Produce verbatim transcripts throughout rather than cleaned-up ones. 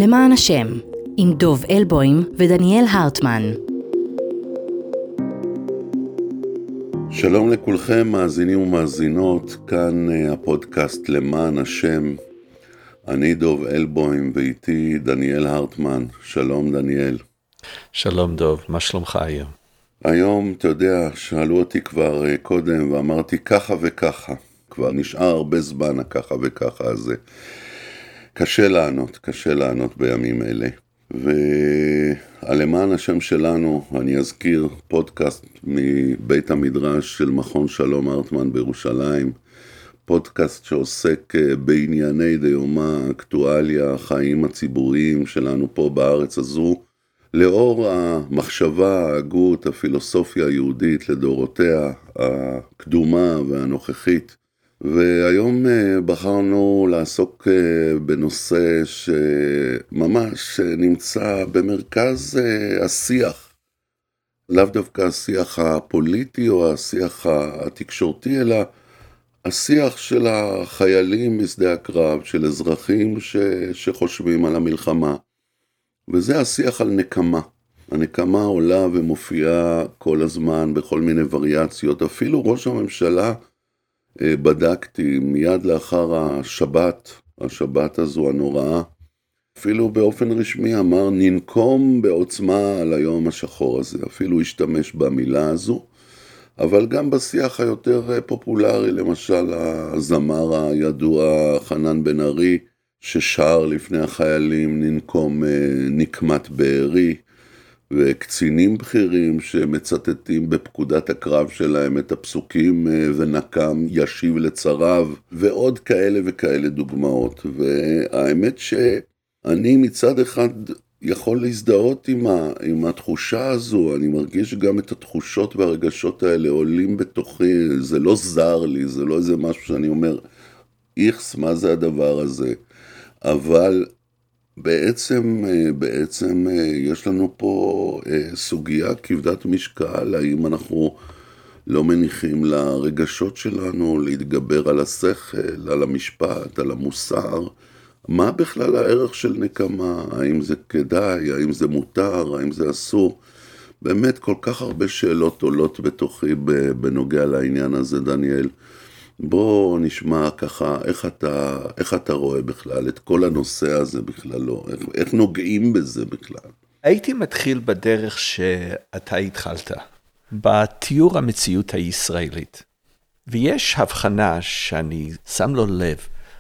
למען השם, עם דוב אלבוים ודניאל הרטמן. שלום לכולכם, מאזינים ומאזינות, כאן הפודקאסט למען השם. אני דוב אלבוים ואיתי דניאל הרטמן. שלום דניאל. שלום דוב, מה שלומך היום? היום, אתה יודע, שאלו אותי כבר קודם ואמרתי ככה וככה. כבר נשאר הרבה זמן הככה וככה הזה. קשה לענות, קשה לענות בימים אלה. ולמען השם שלנו, אני אזכיר פודקאסט מבית המדרש של מכון שלום הרטמן בירושלים, פודקאסט שעוסק בענייני דיומא, אקטואליה, החיים הציבוריים שלנו פה בארץ הזו, לאור המחשבה, ההגות, הפילוסופיה היהודית לדורותיה, הקדומה והנוכחית. והיום בחרנו לעסוק בנושא שממש נמצא במרכז השיח, לאו דווקא השיח הפוליטי או השיח התקשורתי, אלא השיח של החיילים משדה הקרב, של אזרחים ש... שחושבים על המלחמה. וזה השיח על נקמה. הנקמה עולה ומופיעה כל הזמן בכל מיני וריאציות. אפילו ראש הממשלה, בדקתי מיד לאחר השבת, השבת הזו הנוראה, אפילו באופן רשמי אמר ננקום בעוצמה על היום השחור הזה, אפילו השתמש במילה הזו, אבל גם בשיח היותר פופולרי, למשל הזמר הידוע חנן בן ארי, ששר לפני החיילים ננקום נקמת בארי, וקצינים בכירים שמצטטים בפקודת הקרב שלהם את הפסוקים ונקם ישיב לצריו, ועוד כאלה וכאלה דוגמאות. והאמת שאני מצד אחד יכול להזדהות עם, ה, עם התחושה הזו, אני מרגיש גם את התחושות והרגשות האלה עולים בתוכי, זה לא זר לי, זה לא איזה משהו שאני אומר, איכס, מה זה הדבר הזה? אבל בעצם, בעצם יש לנו פה סוגיה כבדת משקל, האם אנחנו לא מניחים לרגשות שלנו להתגבר על השכל, על המשפט, על המוסר, מה בכלל הערך של נקמה, האם זה כדאי, האם זה מותר, האם זה אסור, באמת כל כך הרבה שאלות עולות בתוכי בנוגע לעניין הזה דניאל. בוא נשמע ככה, איך אתה, איך אתה רואה בכלל את כל הנושא הזה בכלל, לא? איך, איך נוגעים בזה בכלל? הייתי מתחיל בדרך שאתה התחלת, בתיאור המציאות הישראלית. ויש הבחנה שאני שם לו לב,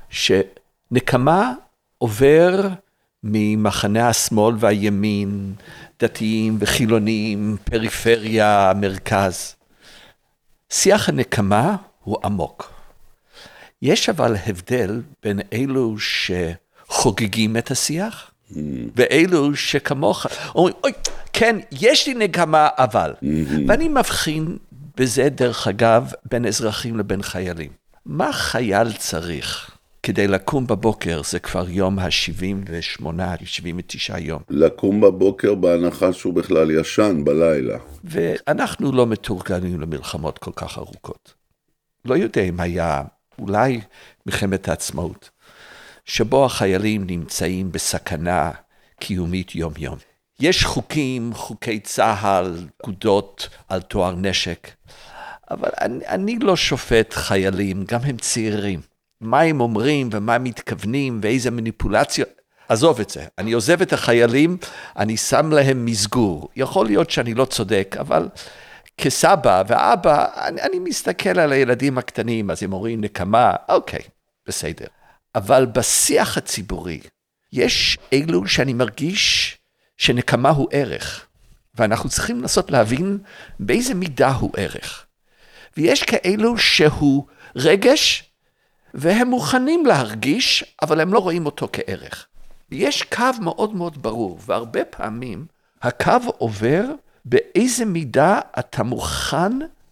שנקמה עובר ממחנה השמאל והימין, דתיים וחילונים, פריפריה, מרכז. שיח הנקמה הוא עמוק. יש אבל הבדל בין אלו שחוגגים את השיח, mm-hmm. ואלו שכמוך אומרים, אוי, כן, יש לי נקמה אבל. Mm-hmm. ואני מבחין בזה דרך אגב בין אזרחים לבין חיילים. מה חייל צריך כדי לקום בבוקר, זה כבר יום ה-שבעים ושמונה, שבעים ותשעה יום. לקום בבוקר בהנחה שהוא בכלל ישן בלילה. ואנחנו לא מתורגלים למלחמות כל כך ארוכות. לא יודע אם היה אולי מלחמת העצמאות, שבו החיילים נמצאים בסכנה קיומית יום יום. יש חוקים, חוקי צהל, פקודות על תואר נשק, אבל אני, אני לא שופט חיילים, גם הם צעירים. מה הם אומרים ומה הם מתכוונים ואיזה מניפולציות. עזוב את זה, אני עוזב את החיילים, אני שם להם מסגור. יכול להיות שאני לא צודק, אבל כסבא ואבא, אני, אני מסתכל על הילדים הקטנים, אז הם אומרים נקמה, אוקיי, בסדר. אבל בשיח הציבורי, יש אלו שאני מרגיש שנקמה הוא ערך, ואנחנו צריכים לנסות להבין באיזה מידה הוא ערך. ויש כאלו שהוא רגש, והם מוכנים להרגיש, אבל הם לא רואים אותו כערך. יש קו מאוד מאוד ברור, והרבה פעמים הקו עובר באיזה מידה אתה מוכן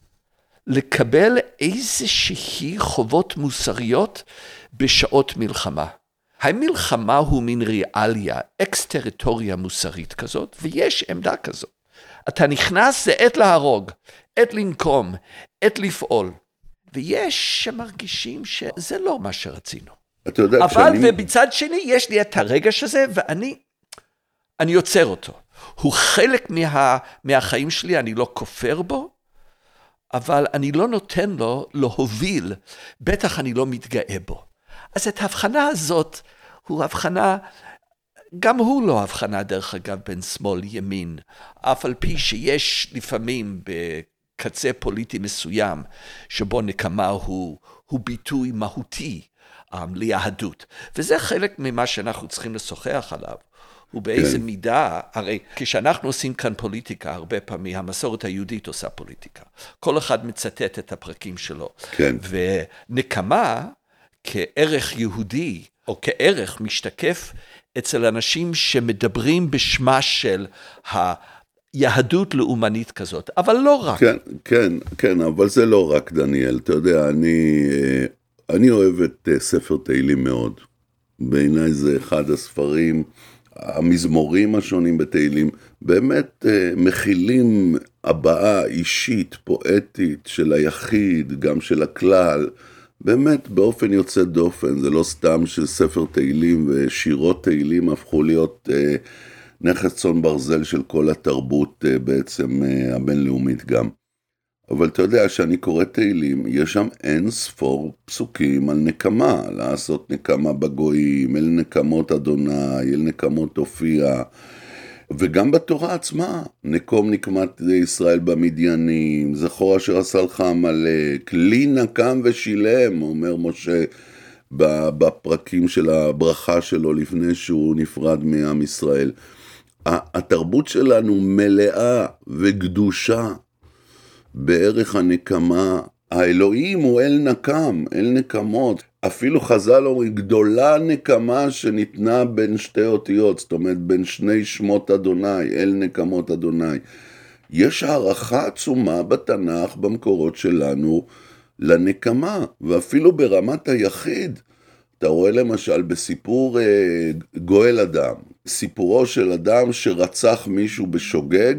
לקבל איזושהי חובות מוסריות בשעות מלחמה. המלחמה הוא מין ריאליה, אקס-טריטוריה מוסרית כזאת, ויש עמדה כזאת. אתה נכנס, זה עת להרוג, עת לנקום, עת לפעול. ויש שמרגישים שזה לא מה שרצינו. אתה יודע, אבל כשאני... ובצד שני יש לי את הרגש הזה, ואני אני יוצר אותו. הוא חלק מה, מהחיים שלי, אני לא כופר בו, אבל אני לא נותן לו להוביל, בטח אני לא מתגאה בו. אז את ההבחנה הזאת, הוא הבחנה, גם הוא לא הבחנה דרך אגב בין שמאל ימין, אף על פי שיש לפעמים בקצה פוליטי מסוים, שבו נקמה הוא, הוא ביטוי מהותי um, ליהדות. וזה חלק ממה שאנחנו צריכים לשוחח עליו. ובאיזה כן. מידה, הרי כשאנחנו עושים כאן פוליטיקה, הרבה פעמים המסורת היהודית עושה פוליטיקה. כל אחד מצטט את הפרקים שלו. כן. ונקמה כערך יהודי, או כערך משתקף אצל אנשים שמדברים בשמה של היהדות לאומנית כזאת, אבל לא רק. כן, כן, כן, אבל זה לא רק, דניאל. אתה יודע, אני, אני אוהב את ספר תהילים מאוד. בעיניי זה אחד הספרים... המזמורים השונים בתהילים באמת מכילים הבעה אישית, פואטית של היחיד, גם של הכלל, באמת באופן יוצא דופן. זה לא סתם שספר תהילים ושירות תהילים הפכו להיות נכס צאן ברזל של כל התרבות בעצם הבינלאומית גם. אבל אתה יודע שאני קורא תהילים, יש שם אין ספור פסוקים על נקמה, לעשות נקמה בגויים, אל נקמות אדוני, אל נקמות תופיע, וגם בתורה עצמה, נקום נקמת ישראל במדיינים, זכור אשר עשה לך עמלק, לי נקם ושילם, אומר משה בפרקים של הברכה שלו לפני שהוא נפרד מעם ישראל. התרבות שלנו מלאה וגדושה, בערך הנקמה, האלוהים הוא אל נקם, אל נקמות, אפילו חז"ל אומרים, גדולה נקמה שניתנה בין שתי אותיות, זאת אומרת בין שני שמות אדוני, אל נקמות אדוני. יש הערכה עצומה בתנ"ך, במקורות שלנו, לנקמה, ואפילו ברמת היחיד, אתה רואה למשל בסיפור אה, גואל אדם, סיפורו של אדם שרצח מישהו בשוגג,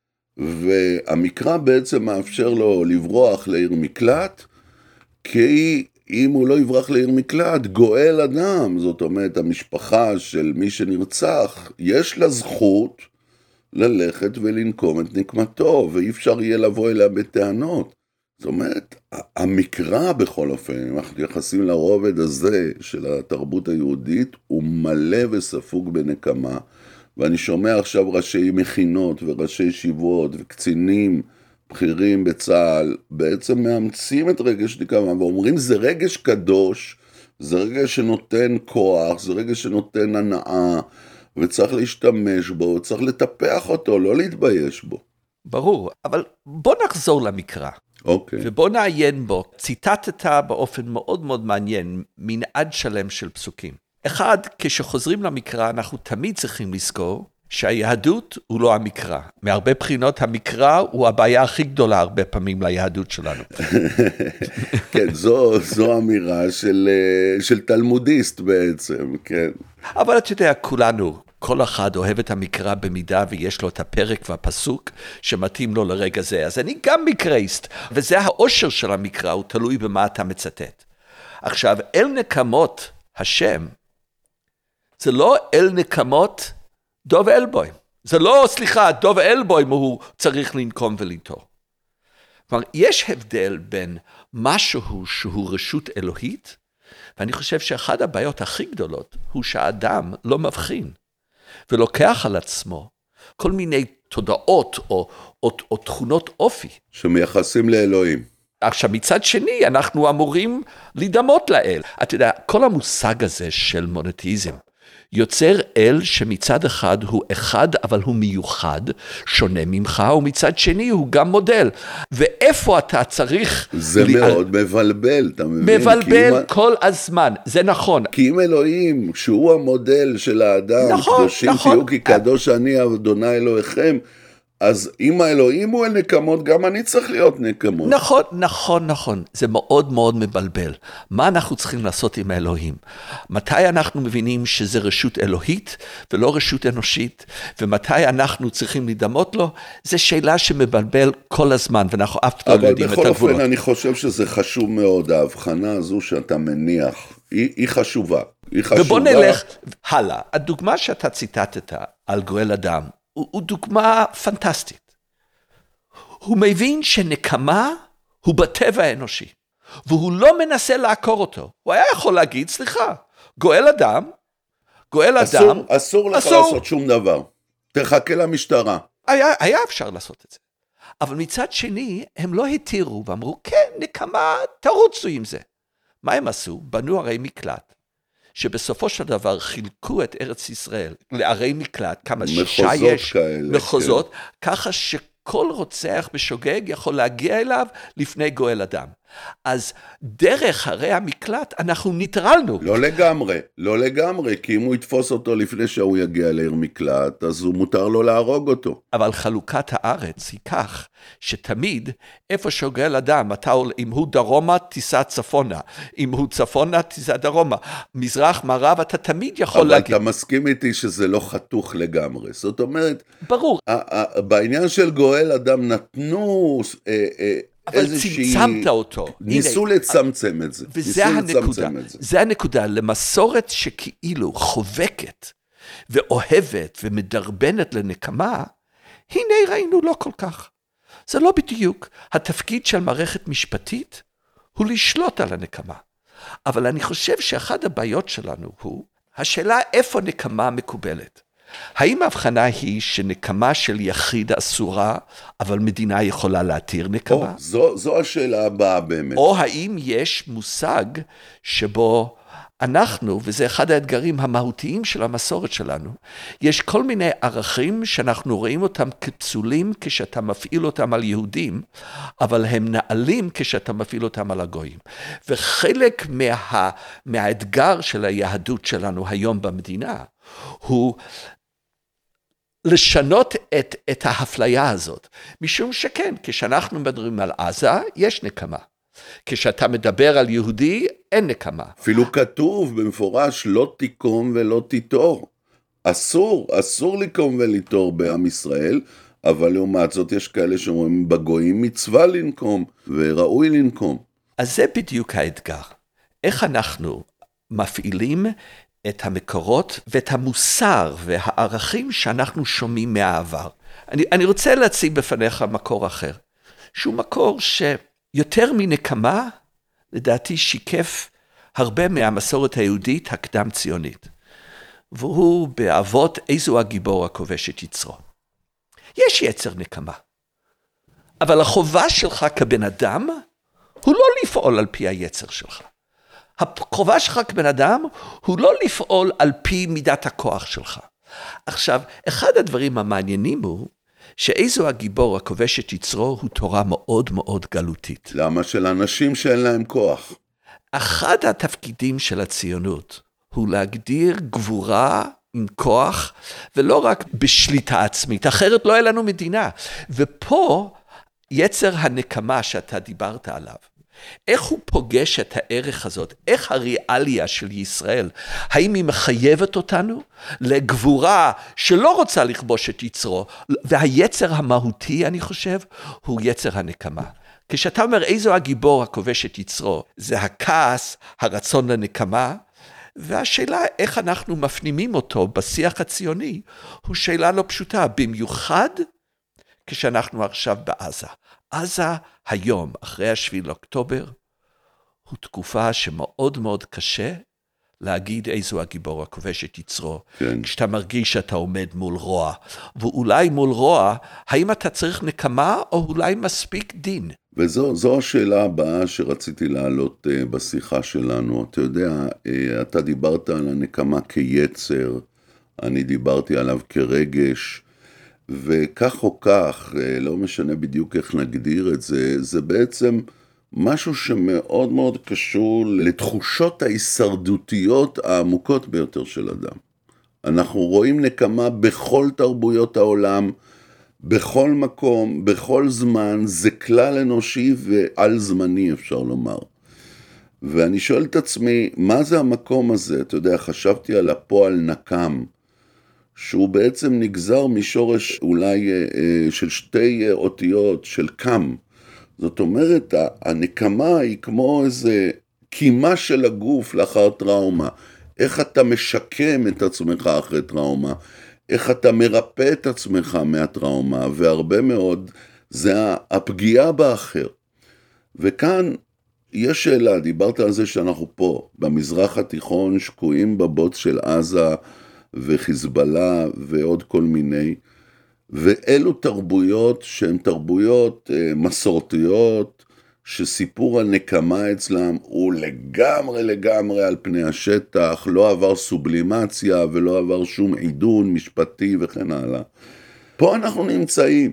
והמקרא בעצם מאפשר לו לברוח לעיר מקלט, כי אם הוא לא יברח לעיר מקלט, גואל אדם, זאת אומרת המשפחה של מי שנרצח, יש לה זכות ללכת ולנקום את נקמתו, ואי אפשר יהיה לבוא אליה בטענות. זאת אומרת, המקרא בכל אופן, אנחנו יחסים לרובד הזה של התרבות היהודית, הוא מלא וספוג בנקמה, ואני שומע עכשיו ראשי מכינות וראשי ישיבות וקצינים בכירים בצה"ל, בעצם מאמצים את רגש נקמה ואומרים זה רגש קדוש, זה רגש שנותן כוח, זה רגש שנותן הנאה, וצריך להשתמש בו, צריך לטפח אותו, לא להתבייש בו. ברור, אבל בוא נחזור למקרא. אוקיי. ובוא נעיין בו. ציטטת באופן מאוד מאוד מעניין, מנעד שלם של פסוקים. אחד, כשחוזרים למקרא, אנחנו תמיד צריכים לזכור שהיהדות הוא לא המקרא. מהרבה בחינות המקרא הוא הבעיה הכי גדולה הרבה פעמים ליהדות שלנו. כן, זו, זו אמירה של, של תלמודיסט בעצם, כן. אבל אתה יודע, כולנו, כל אחד אוהב את המקרא במידה ויש לו את הפרק והפסוק שמתאים לו לרגע זה. אז אני גם מקראיסט, וזה האושר של המקרא, הוא תלוי במה אתה מצטט. עכשיו, אל נקמות השם, זה לא אל נקמות דוב אלבוים. זה לא, סליחה, דוב אלבוים הוא צריך לנקום ולנטור. כלומר, יש הבדל בין משהו שהוא רשות אלוהית, ואני חושב שאחד הבעיות הכי גדולות הוא שהאדם לא מבחין, ולוקח על עצמו כל מיני תודעות או, או, או תכונות אופי. שמייחסים לאלוהים. עכשיו, מצד שני, אנחנו אמורים לדמות לאל. אתה יודע, כל המושג הזה של מונותאיזם, יוצר אל שמצד אחד הוא אחד, אבל הוא מיוחד, שונה ממך, ומצד שני הוא גם מודל. ואיפה אתה צריך... זה לי... מאוד מבלבל, אתה מבין? מבלבל אם... כל הזמן, זה נכון. כי אם אלוהים, שהוא המודל של האדם, נכון, קדושים נכון. תהיו כי קדוש אני אדוני אלוהיכם, אז אם האלוהים הוא אל נקמות, גם אני צריך להיות נקמות. נכון, נכון, נכון. זה מאוד מאוד מבלבל. מה אנחנו צריכים לעשות עם האלוהים? מתי אנחנו מבינים שזה רשות אלוהית ולא רשות אנושית? ומתי אנחנו צריכים לדמות לו? זו שאלה שמבלבל כל הזמן, ואנחנו אף לא יודעים את הגבולות. אבל בכל אופן אני חושב שזה חשוב מאוד, ההבחנה הזו שאתה מניח, היא, היא חשובה. היא חשובה. ובוא נלך הלאה. הדוגמה שאתה ציטטת על גואל אדם, הוא, הוא דוגמה פנטסטית. הוא מבין שנקמה הוא בטבע האנושי, והוא לא מנסה לעקור אותו. הוא היה יכול להגיד, סליחה, גואל אדם, גואל אסור, אדם, אסור לך אסור. לעשות שום דבר. תחכה למשטרה. היה, היה אפשר לעשות את זה. אבל מצד שני, הם לא התירו ואמרו, כן, נקמה, תרוצו עם זה. מה הם עשו? בנו ערי מקלט, שבסופו של דבר חילקו את ארץ ישראל לערי מקלט, כמה שישה יש, כאלה, מחוזות, כן. ככה שכל רוצח בשוגג יכול להגיע אליו לפני גואל אדם. אז דרך ערי המקלט אנחנו ניטרלנו. לא לגמרי, לא לגמרי, כי אם הוא יתפוס אותו לפני שהוא יגיע לעיר מקלט, אז הוא מותר לו להרוג אותו. אבל חלוקת הארץ היא כך, שתמיד איפה שגואל אדם, אתה, אם הוא דרומה, תיסע צפונה, אם הוא צפונה, תיסע דרומה, מזרח, מערב, אתה תמיד יכול אבל להגיד. אבל אתה מסכים איתי שזה לא חתוך לגמרי, זאת אומרת, ברור. בעניין של גואל אדם נתנו אה, אה, אבל צמצמת אותו. ניסו הנה, לצמצם את זה. וזה הנקודה. זה. זה הנקודה. למסורת שכאילו חובקת ואוהבת ומדרבנת לנקמה, הנה ראינו לא כל כך. זה לא בדיוק. התפקיד של מערכת משפטית הוא לשלוט על הנקמה. אבל אני חושב שאחד הבעיות שלנו הוא השאלה איפה נקמה מקובלת. האם ההבחנה היא שנקמה של יחיד אסורה, אבל מדינה יכולה להתיר נקמה? או, זו, זו השאלה הבאה באמת. או האם יש מושג שבו אנחנו, וזה אחד האתגרים המהותיים של המסורת שלנו, יש כל מיני ערכים שאנחנו רואים אותם כפסולים כשאתה מפעיל אותם על יהודים, אבל הם נעלים כשאתה מפעיל אותם על הגויים. וחלק מה, מהאתגר של היהדות שלנו היום במדינה, הוא לשנות את, את ההפליה הזאת. משום שכן, כשאנחנו מדברים על עזה, יש נקמה. כשאתה מדבר על יהודי, אין נקמה. אפילו כתוב במפורש, לא תיקום ולא תיטור. אסור, אסור לקום ולתור בעם ישראל, אבל לעומת זאת יש כאלה שאומרים, בגויים מצווה לנקום, וראוי לנקום. אז זה בדיוק האתגר. איך אנחנו מפעילים את המקורות ואת המוסר והערכים שאנחנו שומעים מהעבר. אני, אני רוצה להציג בפניך מקור אחר, שהוא מקור שיותר מנקמה, לדעתי שיקף הרבה מהמסורת היהודית הקדם ציונית. והוא באבות איזו הגיבור הכובש את יצרו. יש יצר נקמה, אבל החובה שלך כבן אדם, הוא לא לפעול על פי היצר שלך. החובה שלך כבן אדם הוא לא לפעול על פי מידת הכוח שלך. עכשיו, אחד הדברים המעניינים הוא שאיזו הגיבור הכובש את יצרו הוא תורה מאוד מאוד גלותית. למה? של אנשים שאין להם כוח. אחד התפקידים של הציונות הוא להגדיר גבורה עם כוח, ולא רק בשליטה עצמית, אחרת לא יהיה לנו מדינה. ופה יצר הנקמה שאתה דיברת עליו, איך הוא פוגש את הערך הזאת? איך הריאליה של ישראל? האם היא מחייבת אותנו לגבורה שלא רוצה לכבוש את יצרו? והיצר המהותי, אני חושב, הוא יצר הנקמה. כשאתה אומר איזו הגיבור הכובש את יצרו, זה הכעס, הרצון לנקמה, והשאלה איך אנחנו מפנימים אותו בשיח הציוני, הוא שאלה לא פשוטה, במיוחד כשאנחנו עכשיו בעזה. עזה היום, אחרי השביעי לאוקטובר, הוא תקופה שמאוד מאוד קשה להגיד איזו הגיבור הכובש את יצרו. כן. כשאתה מרגיש שאתה עומד מול רוע, ואולי מול רוע, האם אתה צריך נקמה או אולי מספיק דין? וזו השאלה הבאה שרציתי להעלות uh, בשיחה שלנו. אתה יודע, uh, אתה דיברת על הנקמה כיצר, אני דיברתי עליו כרגש, וכך או כך, לא משנה בדיוק איך נגדיר את זה, זה בעצם משהו שמאוד מאוד קשור לתחושות ההישרדותיות העמוקות ביותר של אדם. אנחנו רואים נקמה בכל תרבויות העולם, בכל מקום, בכל זמן, זה כלל אנושי ועל זמני אפשר לומר. ואני שואל את עצמי, מה זה המקום הזה? אתה יודע, חשבתי על הפועל נקם, שהוא בעצם נגזר משורש אולי של שתי אותיות של קם. זאת אומרת, הנקמה היא כמו איזה קימה של הגוף לאחר טראומה, איך אתה משקם את עצמך אחרי טראומה, איך אתה מרפא את עצמך מהטראומה, והרבה מאוד זה הפגיעה באחר. וכאן יש שאלה, דיברת על זה שאנחנו פה, במזרח התיכון, שקועים בבוץ של עזה וחיזבאללה ועוד כל מיני, ואלו תרבויות שהן תרבויות מסורתיות, שסיפור הנקמה אצלם הוא לגמרי לגמרי על פני השטח, לא עבר סובלימציה ולא עבר שום עידון משפטי וכן הלאה. פה אנחנו נמצאים,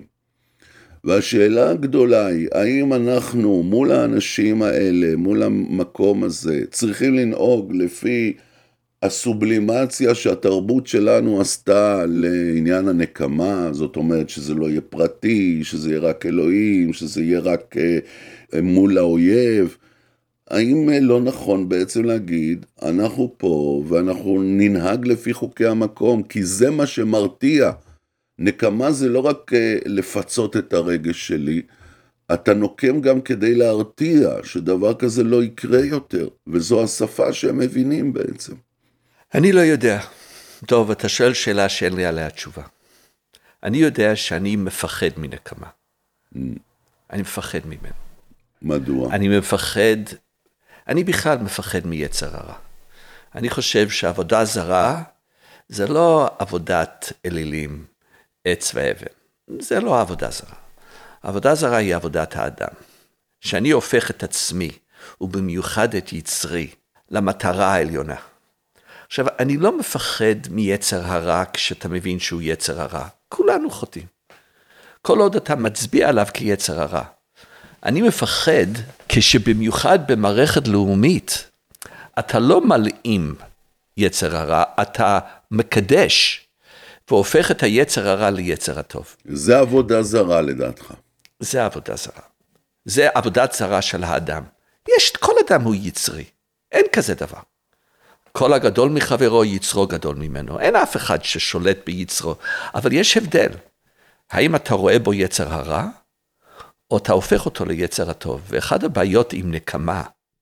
והשאלה הגדולה היא, האם אנחנו מול האנשים האלה, מול המקום הזה, צריכים לנהוג לפי הסובלימציה שהתרבות שלנו עשתה לעניין הנקמה, זאת אומרת שזה לא יהיה פרטי, שזה יהיה רק אלוהים, שזה יהיה רק אה, מול האויב. האם לא נכון בעצם להגיד, אנחנו פה ואנחנו ננהג לפי חוקי המקום, כי זה מה שמרתיע. נקמה זה לא רק אה, לפצות את הרגש שלי, אתה נוקם גם כדי להרתיע, שדבר כזה לא יקרה יותר, וזו השפה שהם מבינים בעצם. אני לא יודע. טוב, אתה שואל שאלה שאין לי עליה תשובה. אני יודע שאני מפחד מנקמה. Mm. אני מפחד ממנו. מדוע? אני מפחד, אני בכלל מפחד מיצר הרע. אני חושב שעבודה זרה, זה לא עבודת אלילים, עץ ואבן. זה לא עבודה זרה. עבודה זרה היא עבודת האדם. שאני הופך את עצמי, ובמיוחד את יצרי, למטרה העליונה. עכשיו, אני לא מפחד מיצר הרע כשאתה מבין שהוא יצר הרע. כולנו חוטאים. כל עוד אתה מצביע עליו כיצר הרע. אני מפחד כשבמיוחד במערכת לאומית, אתה לא מלאים יצר הרע, אתה מקדש, והופך את היצר הרע ליצר הטוב. זה עבודה זרה לדעתך. זה עבודה זרה. זה עבודת זרה של האדם. יש, כל אדם הוא יצרי. אין כזה דבר. כל הגדול מחברו יצרו גדול ממנו. אין אף אחד ששולט ביצרו, אבל יש הבדל. האם אתה רואה בו יצר הרע, או אתה הופך אותו ליצר הטוב? ואחד הבעיות עם נקמה,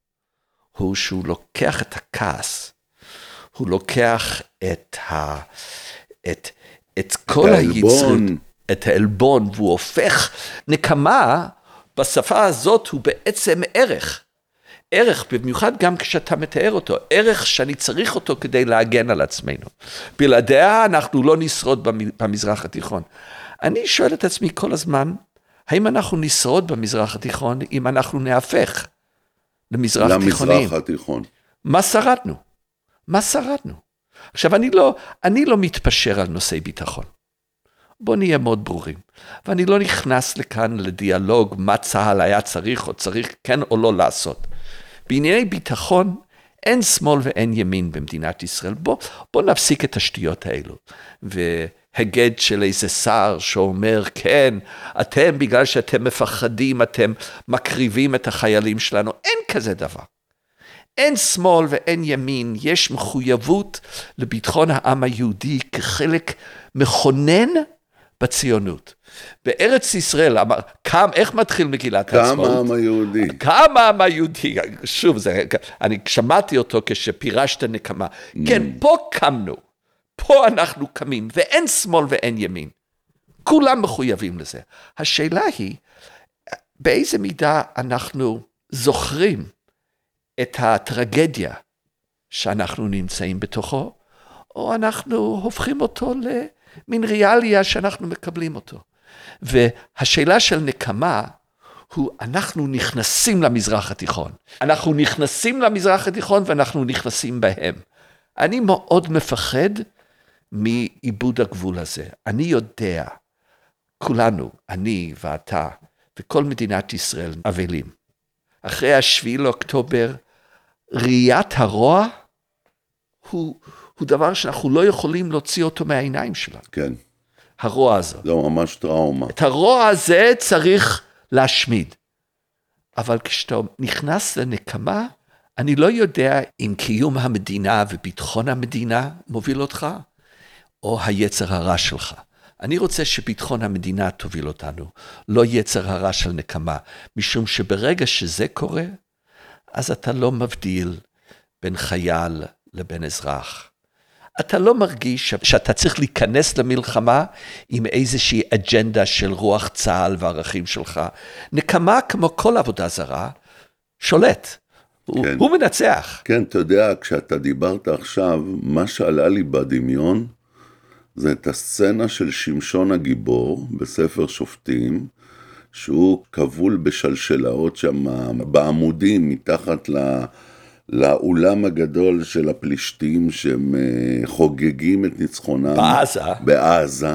הוא שהוא לוקח את הכעס, הוא לוקח את, ה, את, את כל היצרות, את העלבון, והוא הופך, נקמה בשפה הזאת הוא בעצם ערך. ערך, במיוחד גם כשאתה מתאר אותו, ערך שאני צריך אותו כדי להגן על עצמנו. בלעדיה אנחנו לא נשרוד במזרח התיכון. אני שואל את עצמי כל הזמן, האם אנחנו נשרוד במזרח התיכון אם אנחנו נהפך למזרח תיכונים? למזרח התיכון. מה שרדנו? מה שרדנו? עכשיו, אני לא, אני לא מתפשר על נושאי ביטחון. בוא נהיה מאוד ברורים. ואני לא נכנס לכאן לדיאלוג מה צהל היה צריך או צריך כן או לא לעשות. בענייני ביטחון אין שמאל ואין ימין במדינת ישראל. בוא, בוא נפסיק את השטויות האלו. והגד של איזה שר שאומר, כן, אתם בגלל שאתם מפחדים, אתם מקריבים את החיילים שלנו. אין כזה דבר. אין שמאל ואין ימין. יש מחויבות לביטחון העם היהודי כחלק מכונן בציונות. בארץ ישראל, קם, איך מתחיל מגילת העצמאות? קם העם היהודי. קם העם היהודי. שוב, זה, אני שמעתי אותו כשפירשת נקמה. Mm. כן, פה קמנו. פה אנחנו קמים, ואין שמאל ואין ימין. כולם מחויבים לזה. השאלה היא, באיזה מידה אנחנו זוכרים את הטרגדיה שאנחנו נמצאים בתוכו, או אנחנו הופכים אותו למין ריאליה שאנחנו מקבלים אותו. והשאלה של נקמה, הוא אנחנו נכנסים למזרח התיכון. אנחנו נכנסים למזרח התיכון ואנחנו נכנסים בהם. אני מאוד מפחד מאיבוד הגבול הזה. אני יודע, כולנו, אני ואתה, וכל מדינת ישראל אבלים. אחרי השביעי לאוקטובר, ראיית הרוע הוא, הוא דבר שאנחנו לא יכולים להוציא אותו מהעיניים שלנו. כן. הרוע הזה. זה ממש טראומה. את הרוע הזה צריך להשמיד. אבל כשאתה נכנס לנקמה, אני לא יודע אם קיום המדינה וביטחון המדינה מוביל אותך, או היצר הרע שלך. אני רוצה שביטחון המדינה תוביל אותנו, לא יצר הרע של נקמה, משום שברגע שזה קורה, אז אתה לא מבדיל בין חייל לבין אזרח. אתה לא מרגיש שאתה צריך להיכנס למלחמה עם איזושהי אג'נדה של רוח צה"ל וערכים שלך. נקמה כמו כל עבודה זרה, שולט. כן. הוא, הוא מנצח. כן, אתה יודע, כשאתה דיברת עכשיו, מה שעלה לי בדמיון, זה את הסצנה של שמשון הגיבור בספר שופטים, שהוא כבול בשלשלאות שם בעמודים מתחת ל... לאולם הגדול של הפלישתים שהם חוגגים את ניצחונם. בעזה. בעזה.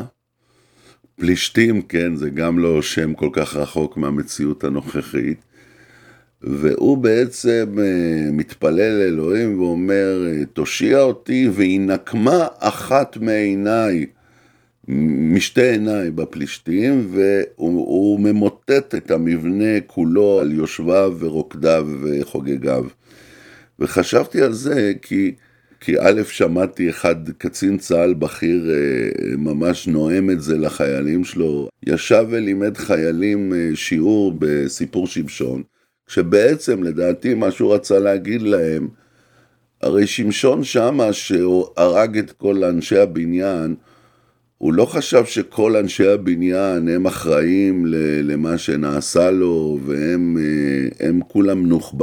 פלישתים, כן, זה גם לא שם כל כך רחוק מהמציאות הנוכחית. והוא בעצם מתפלל לאלוהים ואומר, תושיע אותי והיא נקמה אחת מעיניי, משתי עיניי בפלישתים, והוא ממוטט את המבנה כולו על יושביו ורוקדיו וחוגגיו. וחשבתי על זה כי, כי א' שמעתי אחד קצין צה"ל בכיר ממש נועם את זה לחיילים שלו, ישב ולימד חיילים שיעור בסיפור שמשון, שבעצם לדעתי מה שהוא רצה להגיד להם, הרי שמשון שמה שהוא הרג את כל אנשי הבניין, הוא לא חשב שכל אנשי הבניין הם אחראים למה שנעשה לו, והם הם כולם נוחבה.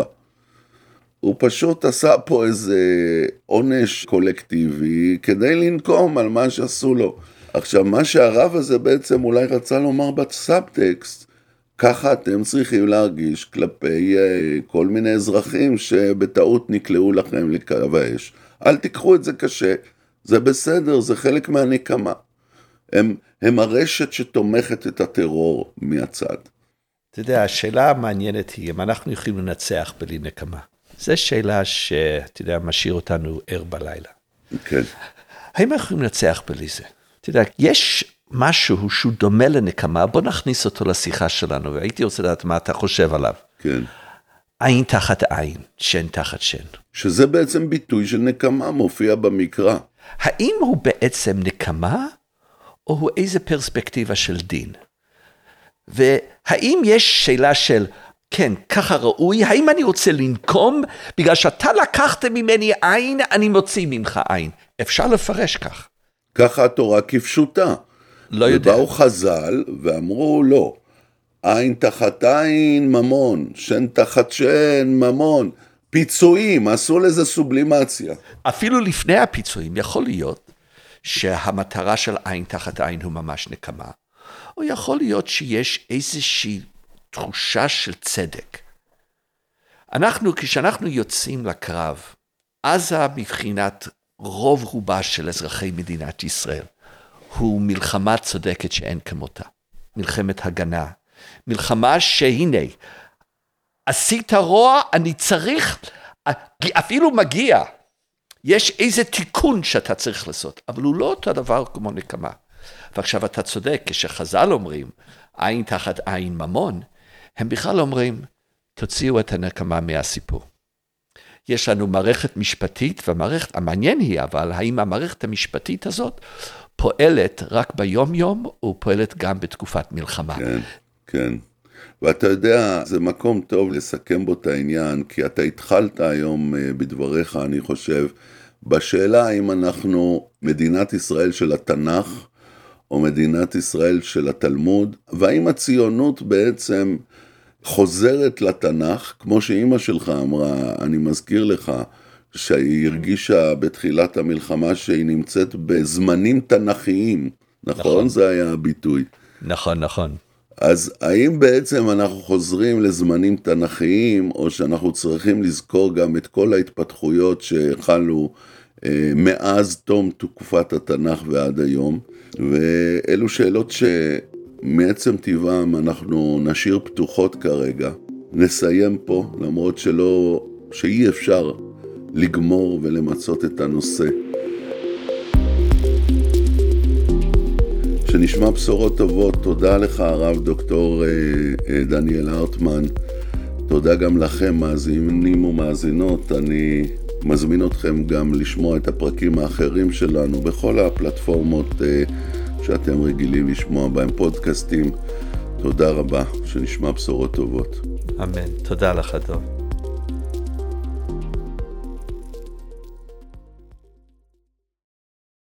הוא פשוט עשה פה איזה עונש קולקטיבי, כדי לנקום על מה שעשו לו. עכשיו, מה שהרב הזה בעצם אולי רצה לומר בסאבטקסט, ככה אתם צריכים להרגיש כלפי כל מיני אזרחים שבטעות נקלעו לכם לקו האש. אל תיקחו את זה קשה, זה בסדר, זה חלק מהנקמה. הם, הם הרשת שתומכת את הטרור מהצד. אתה יודע, השאלה המעניינת היא, אם אנחנו יכולים לנצח בלי נקמה. זו שאלה שאתה יודע, משאיר אותנו ער בלילה. כן. האם אנחנו יכולים לנצח בלי זה? אתה יודע, יש משהו שהוא דומה לנקמה, בוא נכניס אותו לשיחה שלנו, והייתי רוצה לדעת מה אתה חושב עליו. כן. עין תחת עין, שן תחת שן. שזה בעצם ביטוי של נקמה, מופיע במקרא. האם הוא בעצם נקמה, או הוא איזה פרספקטיבה של דין? והאם יש שאלה של, כן, ככה ראוי, האם אני רוצה לנקום, בגלל שאתה לקחת ממני עין, אני מוציא ממך עין. אפשר לפרש כך. ככה התורה כפשוטה. לא יודע. ובאו חז"ל ואמרו לא, עין תחת עין ממון, שן תחת שן ממון, פיצויים, עשו לזה סובלימציה. אפילו לפני הפיצויים יכול להיות שהמטרה של עין תחת עין הוא ממש נקמה, או יכול להיות שיש איזושהי תחושה של צדק. אנחנו, כשאנחנו יוצאים לקרב, עזה מבחינת רוב רובה של אזרחי מדינת ישראל, הוא מלחמה צודקת שאין כמותה. מלחמת הגנה. מלחמה שהנה, עשית רוע, אני צריך, אפילו מגיע. יש איזה תיקון שאתה צריך לעשות, אבל הוא לא אותו דבר כמו נקמה. ועכשיו אתה צודק, כשחז"ל אומרים, עין תחת עין ממון, הם בכלל אומרים, תוציאו את הנקמה מהסיפור. יש לנו מערכת משפטית, והמערכת, המעניין היא, אבל האם המערכת המשפטית הזאת פועלת רק ביום יום, או פועלת גם בתקופת מלחמה? כן, כן. ואתה יודע, זה מקום טוב לסכם בו את העניין, כי אתה התחלת היום בדבריך, אני חושב, בשאלה האם אנחנו מדינת ישראל של התנ"ך, או מדינת ישראל של התלמוד, והאם הציונות בעצם חוזרת לתנ"ך, כמו שאמא שלך אמרה, אני מזכיר לך, שהיא הרגישה בתחילת המלחמה שהיא נמצאת בזמנים תנ"כיים, נכון? נכון. זה היה הביטוי. נכון, נכון. אז האם בעצם אנחנו חוזרים לזמנים תנ"כיים, או שאנחנו צריכים לזכור גם את כל ההתפתחויות שהחלו אה, מאז תום תקופת התנ"ך ועד היום, ואלו שאלות שמעצם טבעם אנחנו נשאיר פתוחות כרגע. נסיים פה, למרות שלא, שאי אפשר לגמור ולמצות את הנושא. שנשמע בשורות טובות. תודה לך הרב דוקטור דניאל הרטמן, תודה גם לכם מאזינים ומאזינות. אני מזמין אתכם גם לשמוע את הפרקים האחרים שלנו בכל הפלטפורמות שאתם רגילים לשמוע בהם פודקאסטים. תודה רבה, שנשמע בשורות טובות. אמן, תודה לך דב.